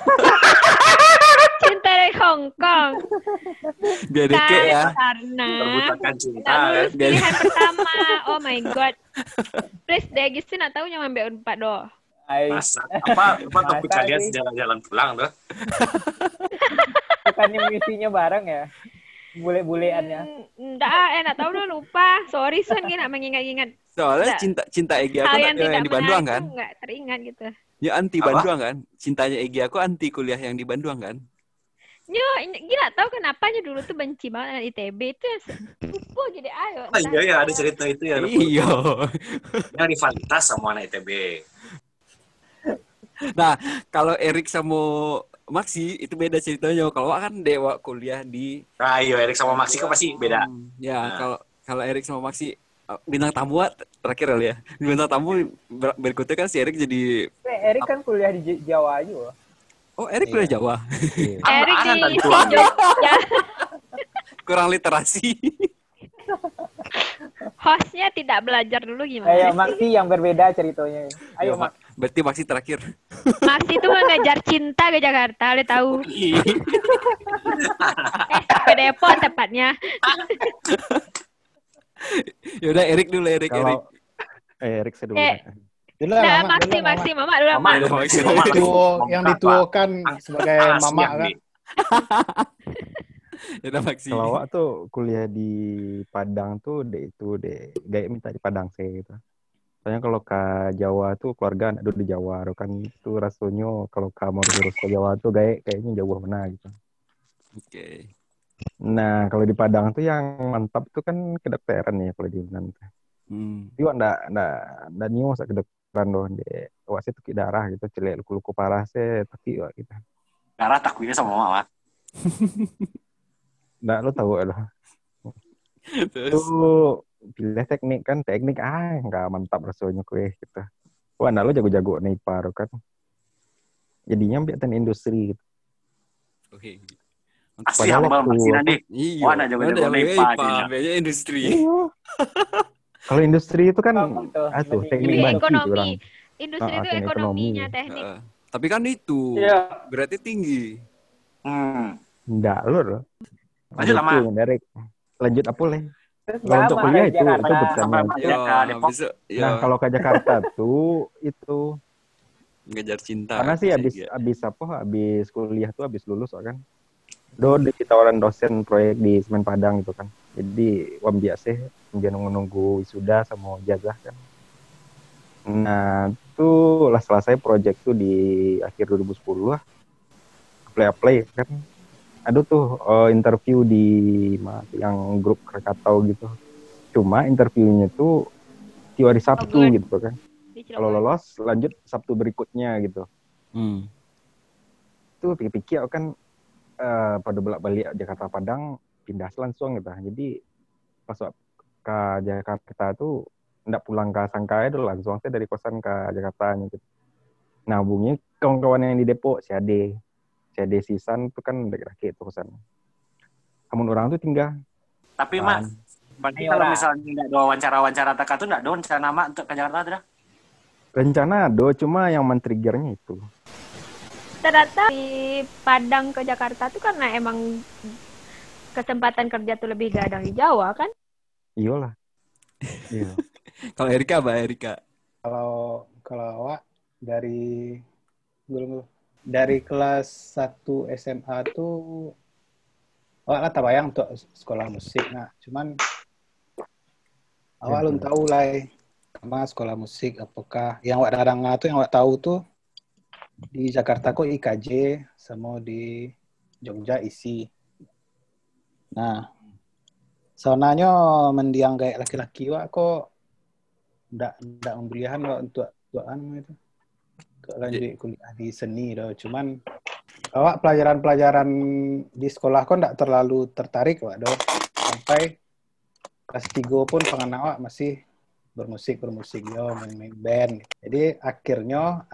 Cinta dari Hongkong. Biar dikit ya. Karena Terbutakan cinta. Pilihan pertama. Oh my god. Please deh, Gisti nak tahu yang ambil Unpad doh. Masa apa topik kalian jalan-jalan pulang tuh? Bukannya misinya bareng ya? Bule-buleannya. Enggak, enak tahu udah lupa. Sorry Sun, nak mengingat-ingat. Soalnya cinta Egi aku yang di Bandung kan? Enggak teringat gitu. Ya anti Bandung kan? Cintanya Egi aku anti kuliah yang di Bandung kan? Yo, gila tahu kenapanya dulu tuh benci banget dengan ITB itu jadi ayo. Oh iya ada cerita itu ya. Iya. Yang rivalitas sama anak ITB. Nah, kalau Erik sama Maxi itu beda ceritanya. Kalau kan Dewa kuliah di iya Erik sama Maxi kok pasti beda. Kalau Erik sama Maxi bintang tamu terakhir kali ya. Bintang tamu berikutnya kan si Erik jadi Erik kan kuliah di Jawa aja. Oh, Erik kuliah Jawa. Erik di Jogja. Kurang literasi. Hostnya tidak belajar dulu gimana? Ayo Maxi yang berbeda ceritanya. Ayo Mak. Berarti Maxi terakhir. Maxi itu mengejar cinta ke Jakarta, lo tahu? Ke Depok tepatnya. Yaudah Erik dulu Erik. Erik saya dulu. Nah, Maxi, Mama dulu. Yang dituakan sebagai Mama kan. Kalau awak tuh kuliah di Padang tuh gaya minta di Padang sih gitu. Soalnya kalau ke Jawa tuh keluarga ada di Jawa kan itu rasanya kalau kamu harus ke Jawa tuh kayaknya jauh mana gitu. Oke. Nah kalau di Padang tuh yang mantap tuh kan kedokteran ya kalau di Unan tuh. Dia ndak nyium sak kedokteran doh di awak itu ke darah gitu celek luku-luku parah sih tapi gitu. Darah takutnya sama Mama. Nggak, lo tahu loh. Terus Tuh pilih teknik nggak mantap rasanya kue gitu. Wah, nah lo jago-jago nih paru kan. Jadinya ambil teknik industri gitu. oke. Pasti Padahal hamba pasti waktu nanti. Iya, Wah, ada jago-jago Nepa aja. Beda industri. kalau industri itu kan Gampang tuh. teknik Lebih baju ekonomi. orang. Industri itu Teknik ekonomi. ekonominya teknik. Tapi kan itu Iya. berarti tinggi. Enggak lo. Lanjut lama. Direct. Lanjut apa leh? Terus Kalau untuk berapa kuliah di Jakarta? itu bukan. Sampai Ya, ke Depok. bisa. Nah, kalau ke Jakarta tuh itu ngejar cinta. karena sih habis kuliah tuh habis lulus kan. Ditawaran dosen proyek di Semen Padang gitu kan. Jadi wam biasa dia nunggu wisuda sama jazah kan. Nah, tuh lah selesai proyek tuh di akhir 2010 lah. Apply kan. Aduh tuh interview di yang grup Krakatau gitu. Cuma interviewnya tuh hari Sabtu gitu kan. Kalau lolos lanjut Sabtu berikutnya gitu. Tuh pikir-pikir kan pada bolak-balik Jakarta Padang pindah langsung gitu. Jadi pas ke Jakarta tuh nggak pulang ke Sangkai dulu langsung saya dari kosan ke Jakarta gitu. Nah, hubungi kawan-kawan yang di Depok, si Ade Sisan tuh kan dekat itu kosan. Kamu orang tuh tinggal. Tapi Mak, berarti kalau misalnya nggak ada wawancara teka tuh nggak ada rencana Mak untuk ke Jakarta ada? Rencana ada, cuma yang men-triggernya itu. Ternyata di Padang ke Jakarta tuh karena emang kesempatan kerja tuh lebih gak ada di Jawa kan? Iyalah. Iya. Kalau Erika apa Erika? Kalau awak dari kelas 1 SMA tuh awak lah tak bayang untuk sekolah musik. Nah, cuman awak belum tahu lah sama sekolah musik apakah yang awak darang tuh yang awak tahu tuh di Jakarta kok IKJ sama di Jogja ISI. Nah, soalnya mendiang kayak laki-laki wak kok ndak membuliahan wak untuk itu. Untuk lanjut kuliah di seni doh. Cuman awak pelajaran di sekolah kok ndak terlalu tertarik wak doh. Sampai kelas 3 pun pengen awak masih bermusik yo, main band. Jadi akhirnya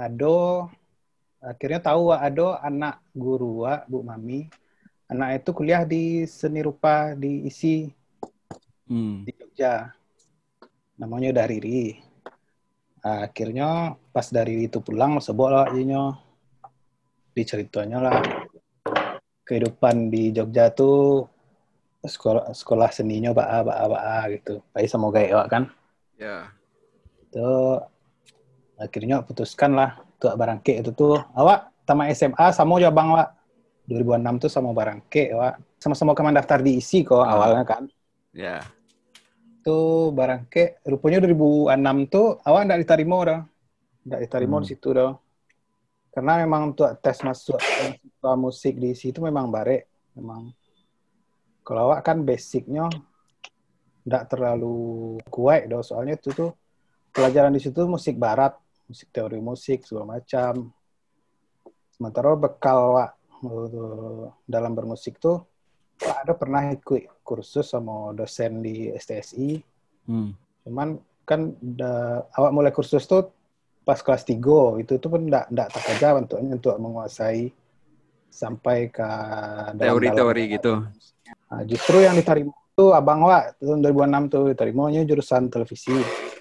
tahu ada anak guru Bu Mami, anak itu kuliah di seni rupa di ISI di Jogja, namanya Dariri. Akhirnya pas dari itu pulang sebok lah inya diceritanya lah kehidupan di Jogja tuh sekolah seninya baa gitu, baik sama kayak kan. Ya. Tuh akhirnya putuskan lah tuh Barangke itu tuh awak tamat SMA sama aja bang wak 2006 tuh sama Barangke wak sama-sama kemana daftar di ISI kok awalnya kan. Ya. Tuh Barangke rupanya 2006 tuh awak nggak diterima di situ dah. Karena memang untuk tes masuk musik di situ memang bare memang kalau awak kan basicnya nggak terlalu kuat dah, soalnya itu tuh pelajaran di situ musik barat, musik teori musik segala macam. Sementara bekal wak dalam bermusik tuh ada pernah ikut kursus sama dosen di STSI. Cuman kan awak mulai kursus tuh pas kelas 3 itu tuh pun enggak tak aja untuk menguasai sampai ke teori-teori gitu. Nah, justru yang diterima tuh abang wak tahun 2006 tuh diterimanya jurusan televisi.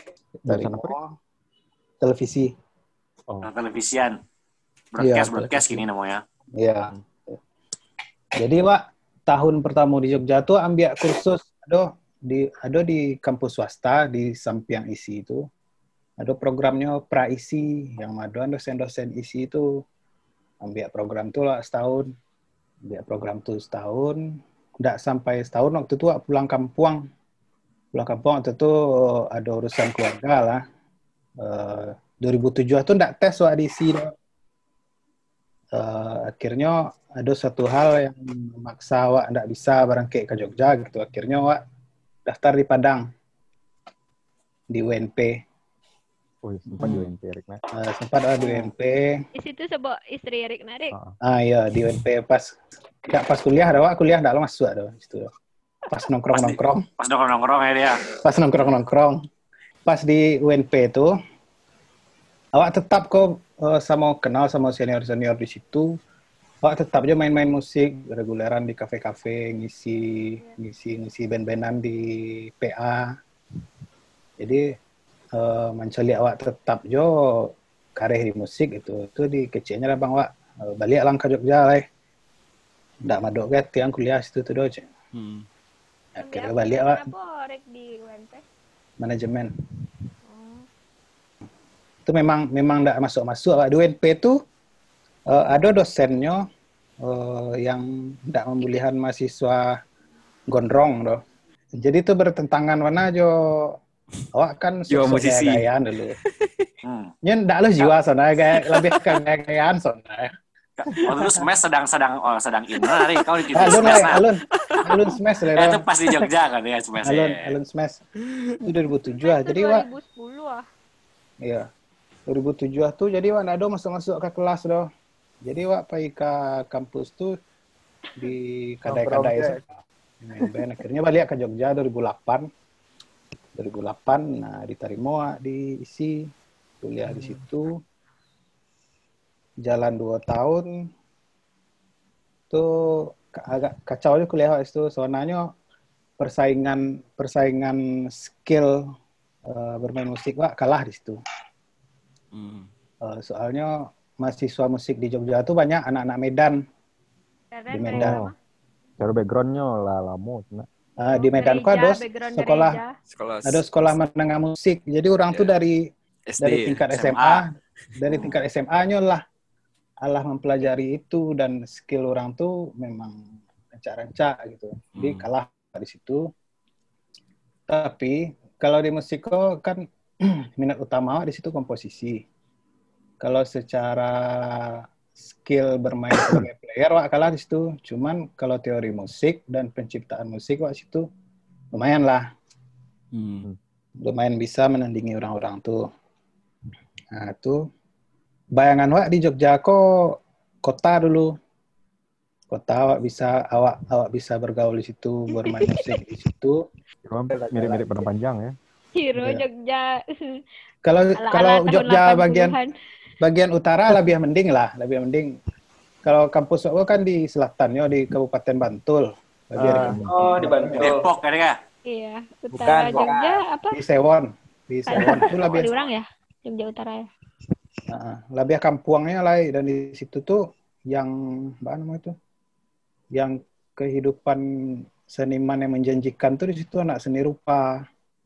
Televisi. Televisian. Broadcast gini namanya. Iya. Jadi wak tahun pertama di Jogja tuh ambil kursus ada di kampus swasta di samping ISI itu. Ada programnya pra-ISI yang maduan dosen-dosen ISI itu ambil program tuh lah setahun. Ambil program tuh setahun. Nggak sampai setahun waktu itu pulang kampung waktu itu ada urusan keluarga lah. 2007 tuh nggak tes wak di ISI. Akhirnya ada satu hal yang memaksa wak nggak bisa Barangke ke Jogja gitu. Akhirnya wak daftar di Padang di UNP. Oh, sempat di UNP, Erik. Sempat di UNP. Di situ sebab istri Erik narik. Iya, di UNP pas Nggak pas kuliah ada, kuliah nggak lo masuk ada situ. Pas nongkrong-nongkrong. Pas nongkrong ya dia. Pas nongkrong-nongkrong. Pas di UNP itu, awak tetap kok sama kenal sama senior-senior di situ. Awak tetap aja main-main musik, reguleran di kafe-kafe, ngisi band-bandan di PA. Jadi mencari awak tetap jo karir di musik itu di kecilnya lah bang Wak balik lang ke Jogja lah ndak madok kan tiang kuliah situ tuh doce akhirnya balik Wak di UNP manajemen itu memang ndak masuk Wak di UNP itu ada dosennya yang ndak membolehan mahasiswa gondrong doh jadi itu bertentangan mana jo awak kan jiwa musisi gayaan dulu. Nyen ndak lo jiwa sana kayak lebih ke gayaan sana. Waktu itu smash sedang inari kau di alun smash lah. Itu pas di Jogja kan ya smash. Alun smash. Itu 2007 ah. Jadi Wak 2010 ah. Iya. 2007 tuh jadi Wak nado masuk ke kelas doh. Jadi Wak pergi ke kampus tuh di kadai-kadai itu. Main band akhirnya balik ke Jogja 2008. Nah diterima diisi kuliah di situ jalan 2 tahun tuh agak kacau aja kuliah itu soalnya persaingan skill bermain musik Wak kalah di situ soalnya mahasiswa musik di Jogja tuh banyak anak-anak Medan di Medan cara backgroundnya lah lama di Medan kok ada sekolah menengah musik. Jadi orang tuh dari tingkat SMA. Dari tingkat SMA-nya lah mempelajari itu dan skill orang tuh memang rancak-rancak gitu. Jadi kalah di situ. Tapi kalau di musik kok kan minat utama di situ komposisi. Kalau secara skill bermain sebagai player Wak kalah di situ. Cuman kalau teori musik dan penciptaan musik Wak situ lumayan lah. Lumayan bisa menandingi orang-orang tuh. Nah, itu bayangan Wak di Jogja kok kota dulu. Kota awak bisa bergaul di situ, bermain musik di situ. Mirip-mirip Padang Panjang ya. Hero Jogja. Kalau Jogja bagian utara lebih mending. Kalau kampus aku kan di selatannya di Kabupaten Bantul. Di Bantul. Depok kan ya? Iya, utara Jogja apa? Di Sewon. Itu lebih di orang ya? Jogja Utara ya. Lebih kampuangnya lah dan di situ tuh yang apa namanya itu? Yang kehidupan seniman yang menjanjikan tuh di situ anak seni rupa.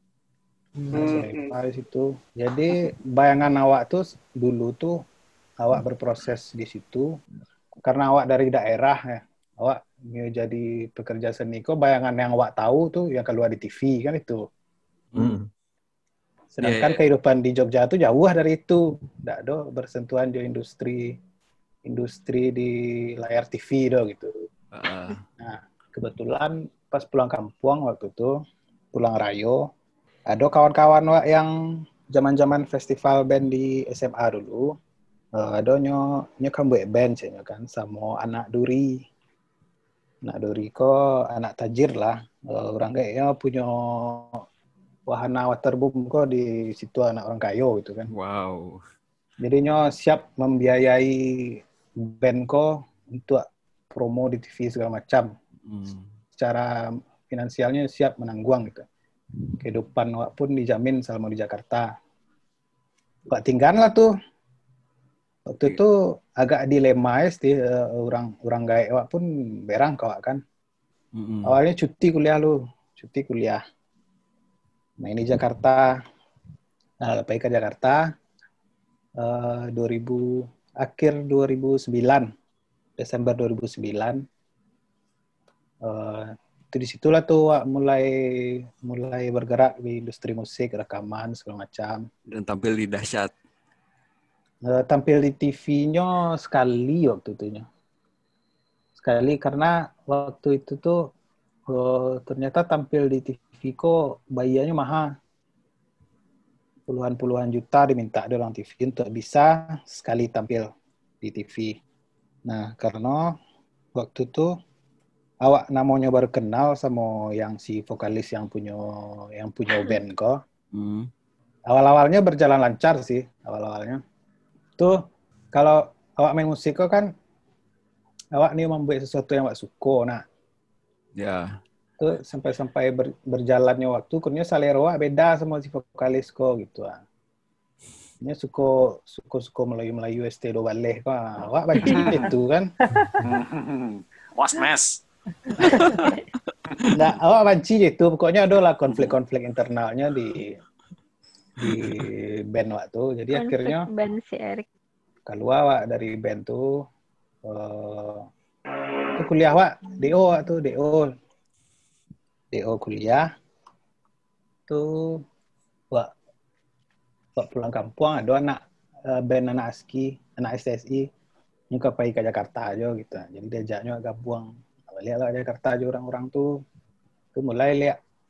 Di situ. Jadi bayangan awak tuh dulu tuh awak berproses di situ karena awak dari daerah ya. Awak mau jadi pekerja seni kok bayangan yang awak tahu tuh yang keluar di TV kan itu. Sedangkan kehidupan di Jogja tuh jauh dari itu. Nggak ada bersentuhan di industri di layar TV gitu. Nah, kebetulan pas pulang kampung waktu itu pulang rayo ada kawan-kawan Wak yang zaman-zaman festival band di SMA dulu. Ada nyo kambuek band kan sama anak Duri. Anak Duri kok anak tajir lah. Orang kayaknya punya wahana waterboom kok di situ anak orang kaya gitu kan. Wow. Jadi nyo siap membiayai band kok untuk promo di TV segala macam. Secara finansialnya siap menanggung gitu. Kehidupan Wak pun dijamin selama di Jakarta. Wak tinggal lah tuh. Waktu itu agak dilema ya sih orang gaek Wak pun berang kawak kan. Awalnya cuti kuliah. Nah ini Jakarta. Nah lepas ke Jakarta akhir 2009 Desember 2009 itu disitulah tuh Wak mulai bergerak di industri musik, rekaman segala macam. Dan tampil di Dahsyat. Tampil di TV-nya sekali waktu itu. Sekali karena waktu itu tuh ternyata tampil di TV kok bayarnya mahal. Puluhan juta diminta ada orang TV untuk bisa sekali tampil di TV. Nah, karena waktu itu awak namanya baru kenal sama yang si vokalis yang punya band kok. Awal-awalnya berjalan lancar sih, awal-awalnya. Tuh kalau awak main musik kok kan awak nih membuat sesuatu yang awak suka. Nah, Ya. tuh sampai berjalannya waktu, kurnya selera awak beda sama si vokalis kok gitu. Ini suka Melayu ST do baleh kok. Awak baca itu kan. Wasmes. Nah, awak banci gitu. Pokoknya adalah konflik-konflik internalnya di band waktu. Jadi akhirnya band si Erik. keluar awak dari band tuh kuliah awak DO kuliah tuh wak pulang kampung ada anak band anak ASKI, anak STSI nyuka pergi ke Jakarta aja gitu. Jadi diajaknya gabung. Lihat lah Jakarta aja orang-orang tuh mulai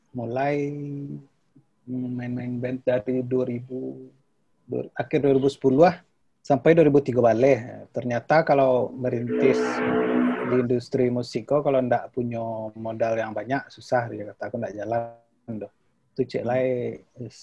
main-main band dari akhir 2010 lah sampai 2003 balik. Ternyata kalau merintis di industri musik kok kalau ndak punya modal yang banyak susah di Jakarta, aku ndak jalan doh. Itu cek lai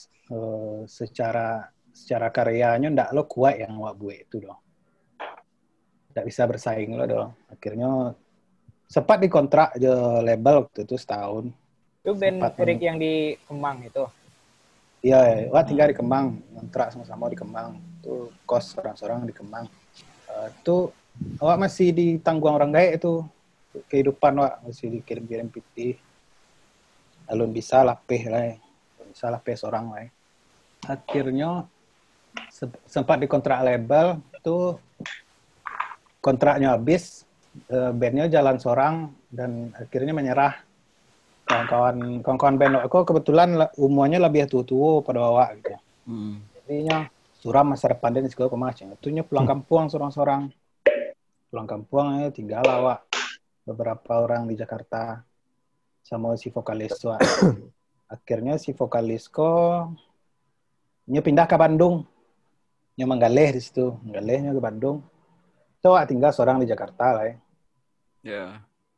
secara karyanya ndak lo kuat yang awak buat itu doh. Ndak bisa bersaing lo doh. Akhirnya sempat dikontrak aja label waktu itu setahun. Itu band Erik yang di Kemang itu? Iya, wah tinggal di Kemang, kontrak sama-sama di Kemang. Itu kos seorang-seorang di Kemang. Itu awak masih ditanggung orang gaek itu. Kehidupan awak masih dikirim-kirim piti. Alun bisa lapeh lah. Bisa lapeh seorang lah. Akhirnya sempat dikontrak label, itu kontraknya habis. Bandnya jalan seorang dan akhirnya menyerah. Kawan-kawan band aku kebetulan umurnya lebih tua pada awak gitu. Jadinya suram masa depan dan segala macam. Itunya pulang kampung seorang-seorang. Pulang kampung tinggal awak beberapa orang di Jakarta sama si vokalis tua. Akhirnya si vokalis kok pindah ke Bandung. Nya menggaleh di situ, menggalehnya ke Bandung. Coba tinggal seorang di Jakarta lah ya. Yeah.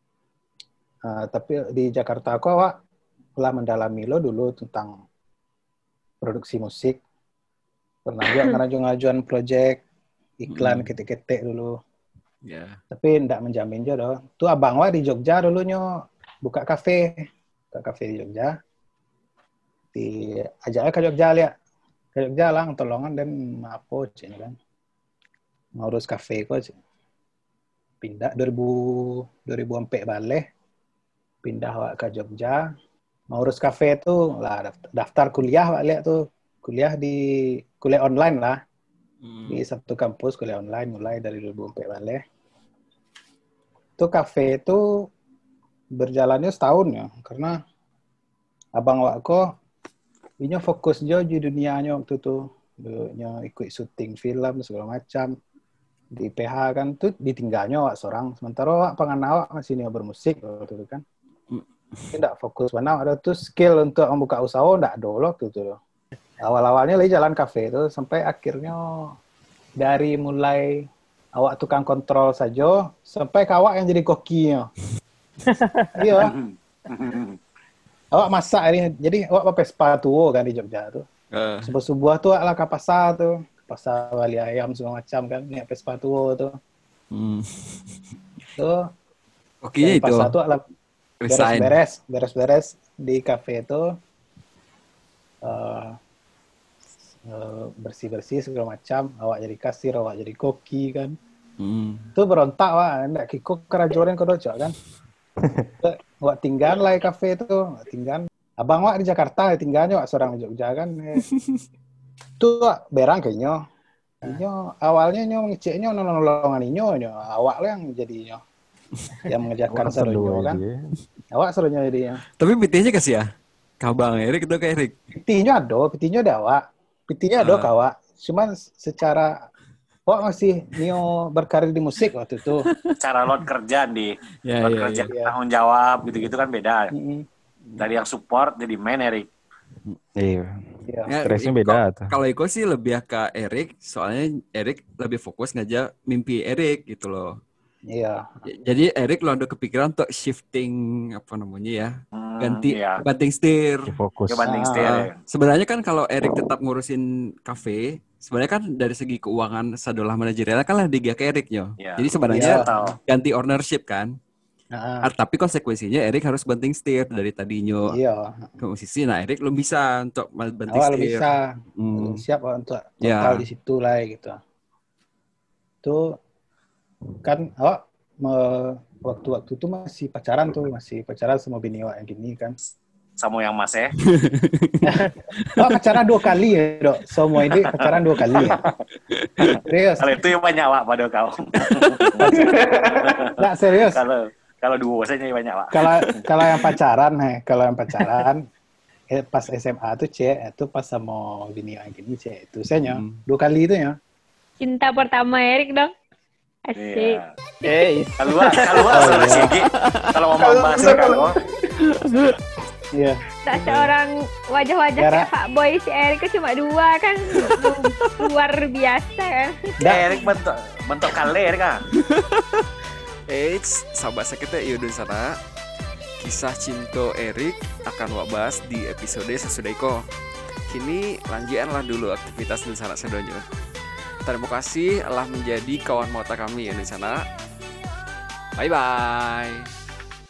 Tapi di Jakarta aku awak telah mendalami lo dulu tentang produksi musik. Pernah juga ngajuan project iklan ketik-ketik dulu. Yeah. Tapi ndak menjamin juga doh. Tuh abang awak di Jogja dulunya buka kafe di Jogja. Ajaknya ke Jogja lihat. Ke Jogja lah tolongan dan apa cik kan. Ngurus kafe kok cik. Pindah 2004 balik. Pindah awak ke Jogja. Ngurus kafe itu lah daftar kuliah awak lihat tuh. Kuliah online lah. Di satu kampus kuliah online mulai dari 2004 balik. Itu kafe itu berjalannya setahun ya. Karena abang awak kok dia fokus jauh di dunianya waktu itu. Dia ikut syuting film segala macam. Di PH kan tuh ditinggalnya awak seorang. Sementara awak pengen awak masih nih bermusik waktu itu kan. Tidak fokus mana ada tuh skill untuk membuka usaha ndak ada waktu itu. Awal-awalnya lagi jalan kafe itu sampai akhirnya dari mulai awak tukang kontrol saja sampai ke awak yang jadi kokinya. Iya. Awak masak ini. Jadi awak pakai sepatu kan di Jogja tuh. Subuh-subuh tuh ala ke pasar tuh. Pasar Wali Ayam segala macam kan. Ini pakai sepatu tuh. Tuh. Kokinya itu. Pasar tuh ala beres-beres di kafe itu. Bersih-bersih segala macam. Awak jadi kasir, awak jadi koki kan. Tuh berontak wah, ndak kiko kerajuan kedojo kan. Wak tinggal lah di kafe itu, tinggal. Abang wak di Jakarta, tinggalnya wak seorang di Jogja kan. Tuh wak berang kayaknya. Inyo awalnya nyo ngeceknya nolongan inyo awak lah yang jadinya. Yang mengerjakan serunya kan. Awak serunya jadinya. Tapi PT-nya kasih ya? Kabang Erik itu ke Erik. PT-nya ada awak. PT-nya ada awak. Cuman secara masih Nio berkarir di musik waktu itu. Cara load kerja load kerja tanggung jawab gitu-gitu kan beda. Dari yang support jadi main Erik. Iya. Stresnya beda. Kalau Iko sih lebih ke Erik, soalnya Erik lebih fokus ngajak mimpi Erik gitu loh. Iya. Jadi Erik lo ada kepikiran untuk shifting apa namanya ya? Ganti banting setir. Fokus. Banting setir. Sebenarnya kan kalau Erik tetap ngurusin kafe, sebenarnya kan dari segi keuangan sadolah manajerial kan lah digia ke Eriknya. Jadi sebenarnya ganti ownership kan. Tapi konsekuensinya Erik harus banting setir dari tadinya ke musisi. Nah Erik belum bisa untuk banting setir. Belum siap untuk total di situ lah gitu. Itu kan waktu-waktu itu masih pacaran sama bini yang gini kan. Sama yang Mas ya. Pacaran 2 kali ya, Dok. Semua ini pacaran 2 kali ya. Serius. Kalau itu yang banyak, Pak, pada kau. Nggak, serius. Kalau 2 saya banyak, Pak. Kalau yang pacaran pas SMA tuh itu pas sama bini yang gini itu saya 2 kali itu ya. Cinta pertama Erik dong. Asik. Keluar kalau mau bahas kalau iya. Tak seorang wajah-wajah kayak Pak Boy si Erik cuma 2 kan. Luar biasa kan. Erik bentuk kali Erik kan. Sahabat sakitnya Yudun sana. Kisah cinta Erik akan wak bahas di episode sesudah iko. Kini lanjutkanlah dulu aktivitas di sana sedonyo. Terima kasih telah menjadi kawan mota kami ya di sana. Bye bye.